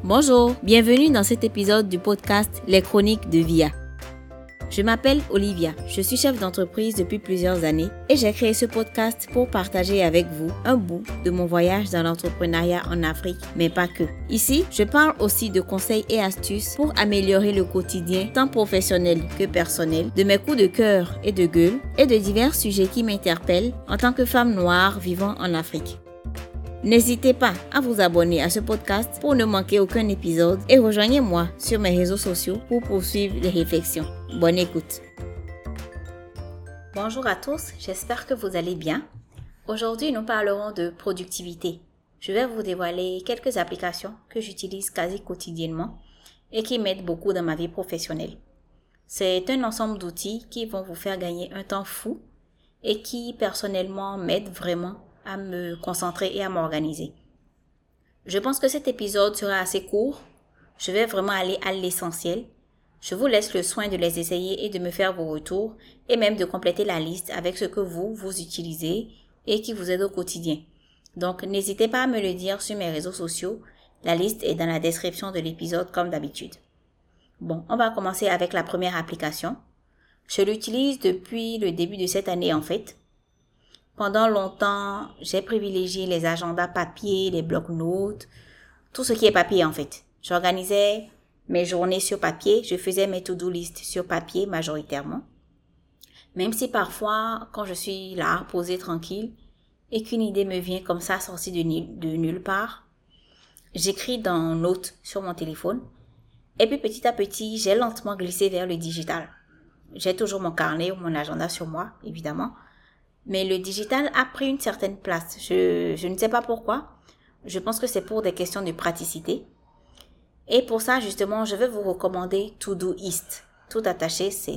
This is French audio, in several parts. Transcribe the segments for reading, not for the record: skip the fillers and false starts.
Bonjour, bienvenue dans cet épisode du podcast Les Chroniques de Via. Je m'appelle Olivia, je suis chef d'entreprise depuis plusieurs années et j'ai créé ce podcast pour partager avec vous un bout de mon voyage dans l'entrepreneuriat en Afrique, mais pas que. Ici, je parle aussi de conseils et astuces pour améliorer le quotidien tant professionnel que personnel, de mes coups de cœur et de gueule et de divers sujets qui m'interpellent en tant que femme noire vivant en Afrique. N'hésitez pas à vous abonner à ce podcast pour ne manquer aucun épisode et rejoignez-moi sur mes réseaux sociaux pour poursuivre les réflexions. Bonne écoute. Bonjour à tous, j'espère que vous allez bien. Aujourd'hui, nous parlerons de productivité. Je vais vous dévoiler quelques applications que j'utilise quasi quotidiennement et qui m'aident beaucoup dans ma vie professionnelle. C'est un ensemble d'outils qui vont vous faire gagner un temps fou et qui personnellement m'aident vraiment à me concentrer et à m'organiser. Je pense que cet épisode sera assez court. Je vais vraiment aller à l'essentiel. Je vous laisse le soin de les essayer et de me faire vos retours et même de compléter la liste avec ce que vous utilisez et qui vous aide au quotidien. Donc, n'hésitez pas à me le dire sur mes réseaux sociaux. La liste est dans la description de l'épisode comme d'habitude. Bon, on va commencer avec la première application. Je l'utilise depuis le début de cette année en fait. Pendant longtemps, j'ai privilégié les agendas papier, les blocs-notes, tout ce qui est papier en fait. J'organisais mes journées sur papier, je faisais mes to-do list sur papier majoritairement. Même si parfois, quand je suis là, posée tranquille, et qu'une idée me vient comme ça, sortie de nulle part, j'écris dans Notes sur mon téléphone. Et puis petit à petit, j'ai lentement glissé vers le digital. J'ai toujours mon carnet ou mon agenda sur moi, évidemment. Mais le digital a pris une certaine place. Je ne sais pas pourquoi. Je pense que c'est pour des questions de praticité. Et pour ça, justement, je vais vous recommander Todoist. Tout attaché, c'est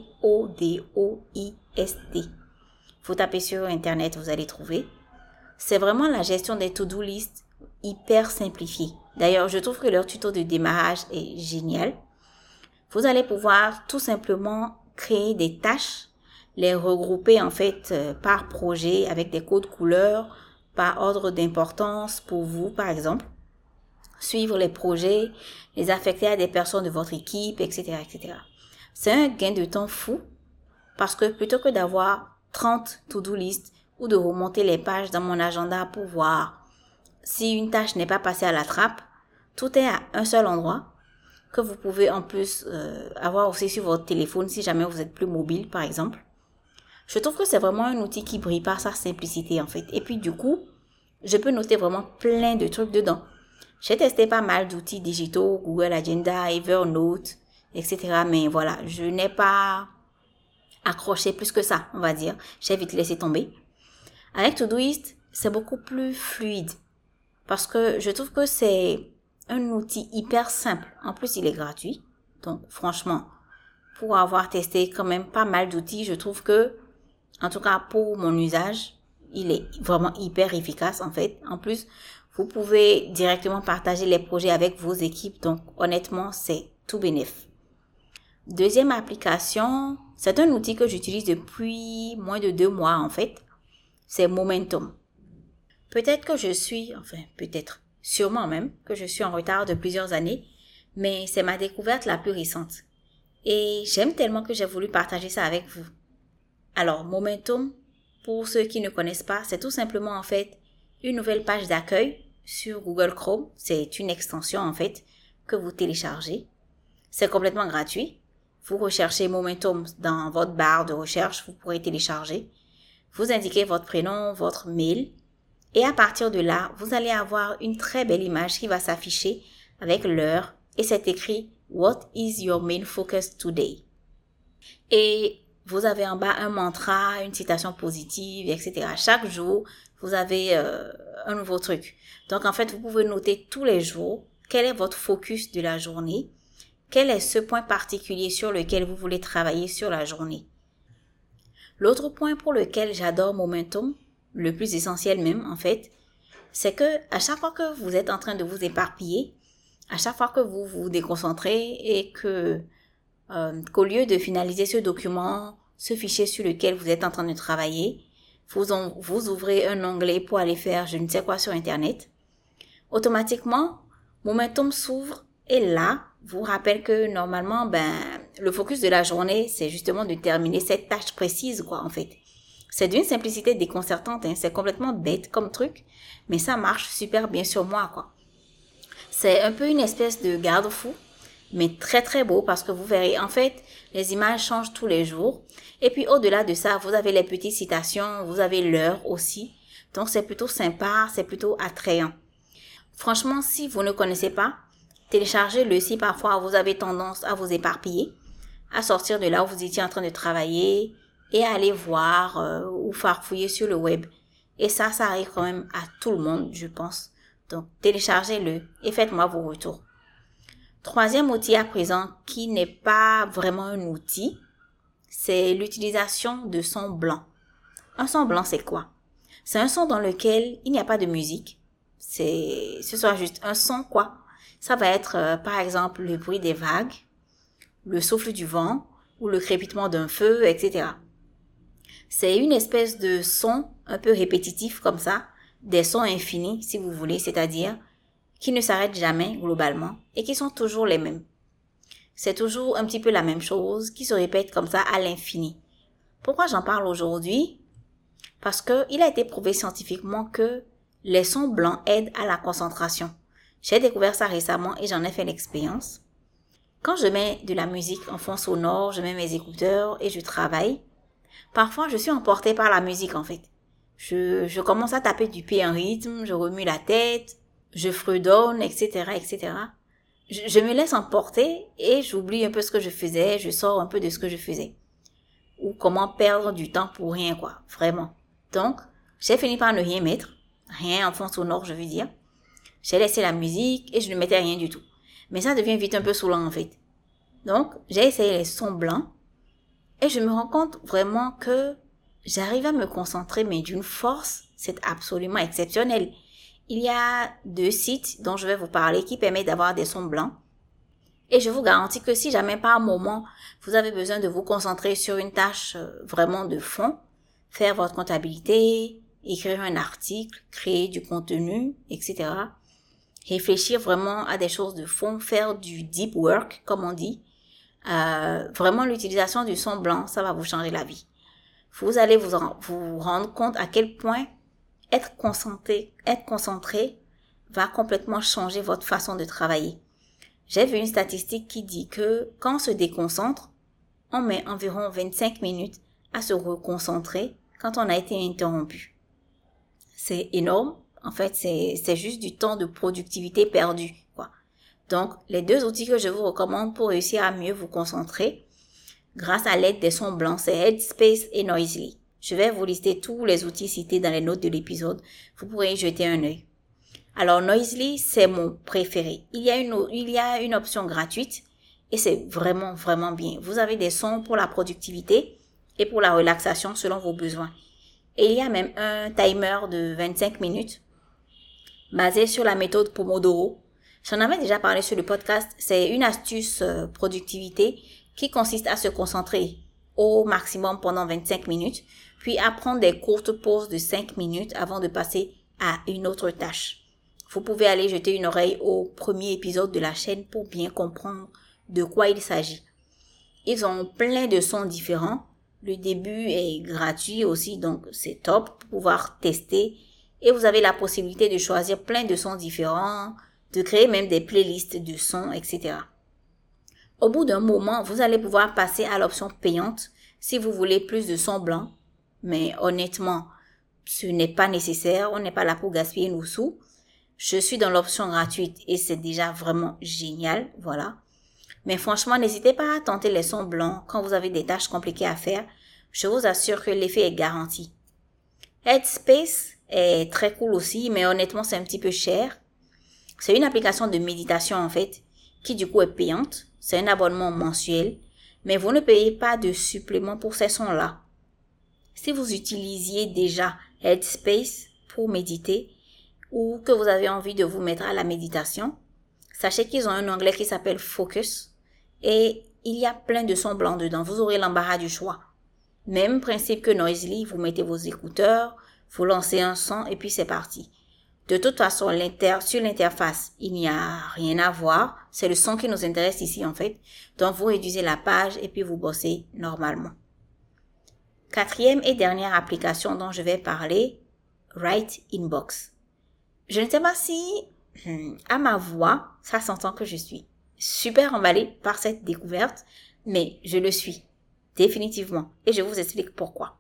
Todoist. Vous tapez sur Internet, vous allez trouver. C'est vraiment la gestion des to-do list hyper simplifiée. D'ailleurs, je trouve que leur tuto de démarrage est génial. Vous allez pouvoir tout simplement créer des tâches, les regrouper en fait par projet avec des codes couleurs, par ordre d'importance pour vous par exemple, suivre les projets, les affecter à des personnes de votre équipe, etc. etc. C'est un gain de temps fou parce que plutôt que d'avoir 30 to-do list ou de remonter les pages dans mon agenda pour voir si une tâche n'est pas passée à la trappe, tout est à un seul endroit que vous pouvez en plus avoir aussi sur votre téléphone si jamais vous êtes plus mobile par exemple. Je trouve que c'est vraiment un outil qui brille par sa simplicité en fait. Et puis du coup, je peux noter vraiment plein de trucs dedans. J'ai testé pas mal d'outils digitaux, Google Agenda, Evernote, etc. Mais voilà, je n'ai pas accroché plus que ça, on va dire. J'ai vite laissé tomber. Avec Todoist, c'est beaucoup plus fluide. Parce que je trouve que c'est un outil hyper simple. En plus, il est gratuit. Donc franchement, pour avoir testé quand même pas mal d'outils, je trouve que en tout cas, pour mon usage, il est vraiment hyper efficace en fait. En plus, vous pouvez directement partager les projets avec vos équipes. Donc, honnêtement, c'est tout bénef. Deuxième application, c'est un outil que j'utilise depuis moins de 2 mois en fait. C'est Momentum. Sûrement même, que je suis en retard de plusieurs années. Mais c'est ma découverte la plus récente. Et j'aime tellement que j'ai voulu partager ça avec vous. Alors, Momentum, pour ceux qui ne connaissent pas, c'est tout simplement en fait une nouvelle page d'accueil sur Google Chrome. C'est une extension en fait que vous téléchargez. C'est complètement gratuit. Vous recherchez Momentum dans votre barre de recherche, vous pourrez télécharger. Vous indiquez votre prénom, votre mail et à partir de là, vous allez avoir une très belle image qui va s'afficher avec l'heure et c'est écrit « What is your main focus today ?» Et vous avez en bas un mantra, une citation positive, etc. Chaque jour, vous avez un nouveau truc. Donc, en fait, vous pouvez noter tous les jours quel est votre focus de la journée, quel est ce point particulier sur lequel vous voulez travailler sur la journée. L'autre point pour lequel j'adore Momentum, le plus essentiel même, en fait, c'est que à chaque fois que vous êtes en train de vous éparpiller, à chaque fois que vous vous déconcentrez et qu'au lieu de finaliser ce document, ce fichier sur lequel vous êtes en train de travailler, vous ouvrez un onglet pour aller faire je ne sais quoi sur Internet. Automatiquement, Momentum s'ouvre et là, vous rappelle que normalement, le focus de la journée, c'est justement de terminer cette tâche précise, quoi, en fait. C'est d'une simplicité déconcertante, hein. C'est complètement bête comme truc, mais ça marche super bien sur moi, quoi. C'est un peu une espèce de garde-fou, mais très très beau parce que vous verrez, en fait, les images changent tous les jours. Et puis au-delà de ça, vous avez les petites citations, vous avez l'heure aussi. Donc c'est plutôt sympa, c'est plutôt attrayant. Franchement, si vous ne connaissez pas, téléchargez-le si parfois vous avez tendance à vous éparpiller, à sortir de là où vous étiez en train de travailler et à aller voir ou farfouiller sur le web. Et ça arrive quand même à tout le monde, je pense. Donc, téléchargez-le et faites-moi vos retours. Troisième outil à présent qui n'est pas vraiment un outil, c'est l'utilisation de sons blancs. Un son blanc, c'est quoi? C'est un son dans lequel il n'y a pas de musique. Ce soit juste un son, quoi. Ça va être, par exemple, le bruit des vagues, le souffle du vent ou le crépitement d'un feu, etc. C'est une espèce de son un peu répétitif comme ça, des sons infinis, si vous voulez, c'est-à-dire qui ne s'arrêtent jamais globalement et qui sont toujours les mêmes. C'est toujours un petit peu la même chose qui se répète comme ça à l'infini. Pourquoi j'en parle aujourd'hui? Parce que il a été prouvé scientifiquement que les sons blancs aident à la concentration. J'ai découvert ça récemment et j'en ai fait l'expérience. Quand je mets de la musique en fond sonore, je mets mes écouteurs et je travaille, parfois je suis emportée par la musique en fait. Je commence à taper du pied en rythme, je remue la tête, je fredonne, etc., etc. Je me laisse emporter et j'oublie un peu ce que je faisais, je sors un peu de ce que je faisais. Ou comment perdre du temps pour rien, quoi, vraiment. Donc, j'ai fini par ne rien mettre, rien en fond sonore, je veux dire. J'ai laissé la musique et je ne mettais rien du tout. Mais ça devient vite un peu saoulant, en fait. Donc, j'ai essayé les sons blancs et je me rends compte vraiment que j'arrive à me concentrer, mais d'une force, c'est absolument exceptionnel. Il y a 2 sites dont je vais vous parler qui permettent d'avoir des sons blancs. Et je vous garantis que si jamais par moment, vous avez besoin de vous concentrer sur une tâche vraiment de fond, faire votre comptabilité, écrire un article, créer du contenu, etc. Réfléchir vraiment à des choses de fond, faire du deep work, comme on dit. Vraiment l'utilisation du son blanc, ça va vous changer la vie. Vous allez vous rendre compte à quel point être concentré va complètement changer votre façon de travailler. J'ai vu une statistique qui dit que quand on se déconcentre, on met environ 25 minutes à se reconcentrer quand on a été interrompu. C'est énorme. En fait, c'est juste du temps de productivité perdu, quoi. Donc, les 2 outils que je vous recommande pour réussir à mieux vous concentrer, grâce à l'aide des sons blancs, c'est Headspace et Noisely. Je vais vous lister tous les outils cités dans les notes de l'épisode. Vous pourrez y jeter un œil. Alors, Noisely, c'est mon préféré. Il y a une option gratuite et c'est vraiment, vraiment bien. Vous avez des sons pour la productivité et pour la relaxation selon vos besoins. Et il y a même un timer de 25 minutes basé sur la méthode Pomodoro. J'en avais déjà parlé sur le podcast. C'est une astuce productivité qui consiste à se concentrer au maximum pendant 25 minutes, puis à prendre des courtes pauses de 5 minutes avant de passer à une autre tâche. Vous pouvez aller jeter une oreille au premier épisode de la chaîne pour bien comprendre de quoi il s'agit. Ils ont plein de sons différents. Le début est gratuit aussi, donc c'est top pour pouvoir tester. Et vous avez la possibilité de choisir plein de sons différents, de créer même des playlists de sons, etc. Au bout d'un moment, vous allez pouvoir passer à l'option payante si vous voulez plus de sons blancs. Mais honnêtement, ce n'est pas nécessaire. On n'est pas là pour gaspiller nos sous. Je suis dans l'option gratuite et c'est déjà vraiment génial. Voilà. Mais franchement, n'hésitez pas à tenter les sons blancs quand vous avez des tâches compliquées à faire. Je vous assure que l'effet est garanti. Headspace est très cool aussi, mais honnêtement, c'est un petit peu cher. C'est une application de méditation en fait, qui du coup est payante. C'est un abonnement mensuel, mais vous ne payez pas de supplément pour ces sons-là. Si vous utilisiez déjà Headspace pour méditer ou que vous avez envie de vous mettre à la méditation, sachez qu'ils ont un onglet qui s'appelle Focus et il y a plein de sons blancs dedans. Vous aurez l'embarras du choix. Même principe que Noisely, vous mettez vos écouteurs, vous lancez un son et puis c'est parti. De toute façon, sur l'interface, il n'y a rien à voir. C'est le son qui nous intéresse ici, en fait. Donc, vous réduisez la page et puis vous bossez normalement. Quatrième et dernière application dont je vais parler, Write-in-Box. Je ne sais pas si, à ma voix, ça s'entend que je suis super emballée par cette découverte, mais je le suis, définitivement. Et je vous explique pourquoi.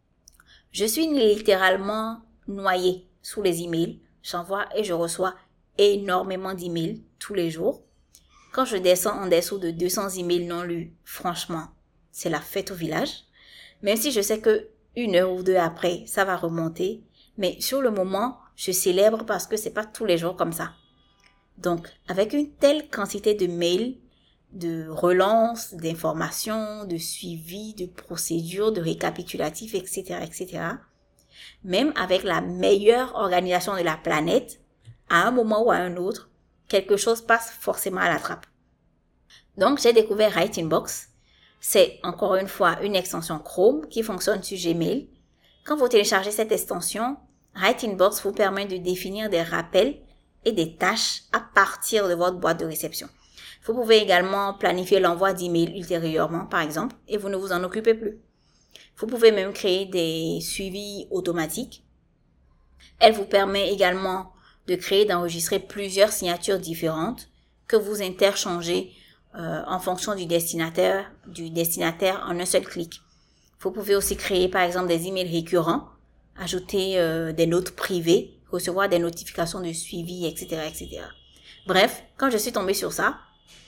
Je suis littéralement noyée sous les emails. J'envoie et je reçois énormément d'emails tous les jours. Quand je descends en dessous de 200 emails non lus, franchement, c'est la fête au village. Même si je sais que 1 heure ou 2 après, ça va remonter. Mais sur le moment, je célèbre parce que c'est pas tous les jours comme ça. Donc, avec une telle quantité de mails, de relances, d'informations, de suivi, de procédures, de récapitulatifs, etc., etc., même avec la meilleure organisation de la planète, à un moment ou à un autre, quelque chose passe forcément à la trappe. Donc, j'ai découvert Write-in-Box. C'est encore une fois une extension Chrome qui fonctionne sur Gmail. Quand vous téléchargez cette extension, Write-in-Box vous permet de définir des rappels et des tâches à partir de votre boîte de réception. Vous pouvez également planifier l'envoi d'emails ultérieurement, par exemple, et vous ne vous en occupez plus. Vous pouvez même créer des suivis automatiques. Elle vous permet également de créer et d'enregistrer plusieurs signatures différentes que vous interchangez en fonction du destinataire en un seul clic. Vous pouvez aussi créer par exemple des emails récurrents, ajouter des notes privées, recevoir des notifications de suivi, etc., etc. Bref, quand je suis tombée sur ça,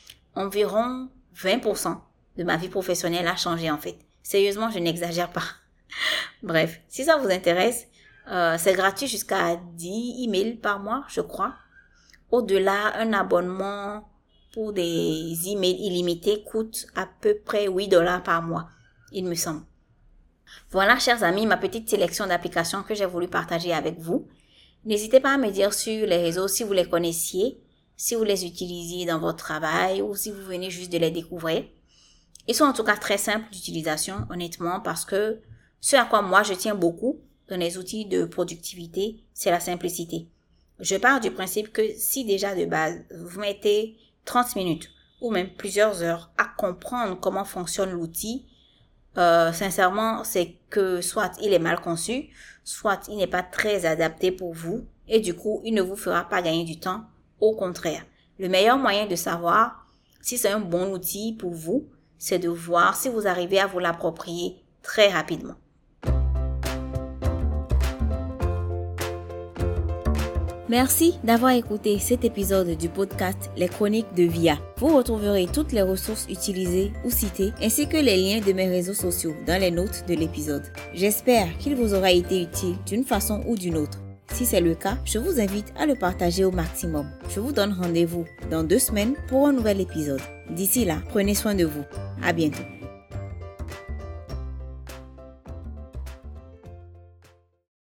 environ 20% de ma vie professionnelle a changé en fait. Sérieusement, je n'exagère pas. Bref, si ça vous intéresse, c'est gratuit jusqu'à 10 emails par mois, je crois. Au-delà, un abonnement pour des emails illimités coûte à peu près $8 par mois, il me semble. Voilà, chers amis, ma petite sélection d'applications que j'ai voulu partager avec vous. N'hésitez pas à me dire sur les réseaux si vous les connaissiez, si vous les utilisiez dans votre travail ou si vous venez juste de les découvrir. Ils sont en tout cas très simples d'utilisation, honnêtement, parce que ce à quoi moi je tiens beaucoup dans les outils de productivité, c'est la simplicité. Je pars du principe que si déjà de base, vous mettez 30 minutes ou même plusieurs heures à comprendre comment fonctionne l'outil, sincèrement, c'est que soit il est mal conçu, soit il n'est pas très adapté pour vous et du coup, il ne vous fera pas gagner du temps. Au contraire, le meilleur moyen de savoir si c'est un bon outil pour vous, c'est de voir si vous arrivez à vous l'approprier très rapidement. Merci d'avoir écouté cet épisode du podcast Les Chroniques de VIA. Vous retrouverez toutes les ressources utilisées ou citées ainsi que les liens de mes réseaux sociaux dans les notes de l'épisode. J'espère qu'il vous aura été utile d'une façon ou d'une autre. Si c'est le cas, je vous invite à le partager au maximum. Je vous donne rendez-vous dans 2 semaines pour un nouvel épisode. D'ici là, prenez soin de vous. À bientôt.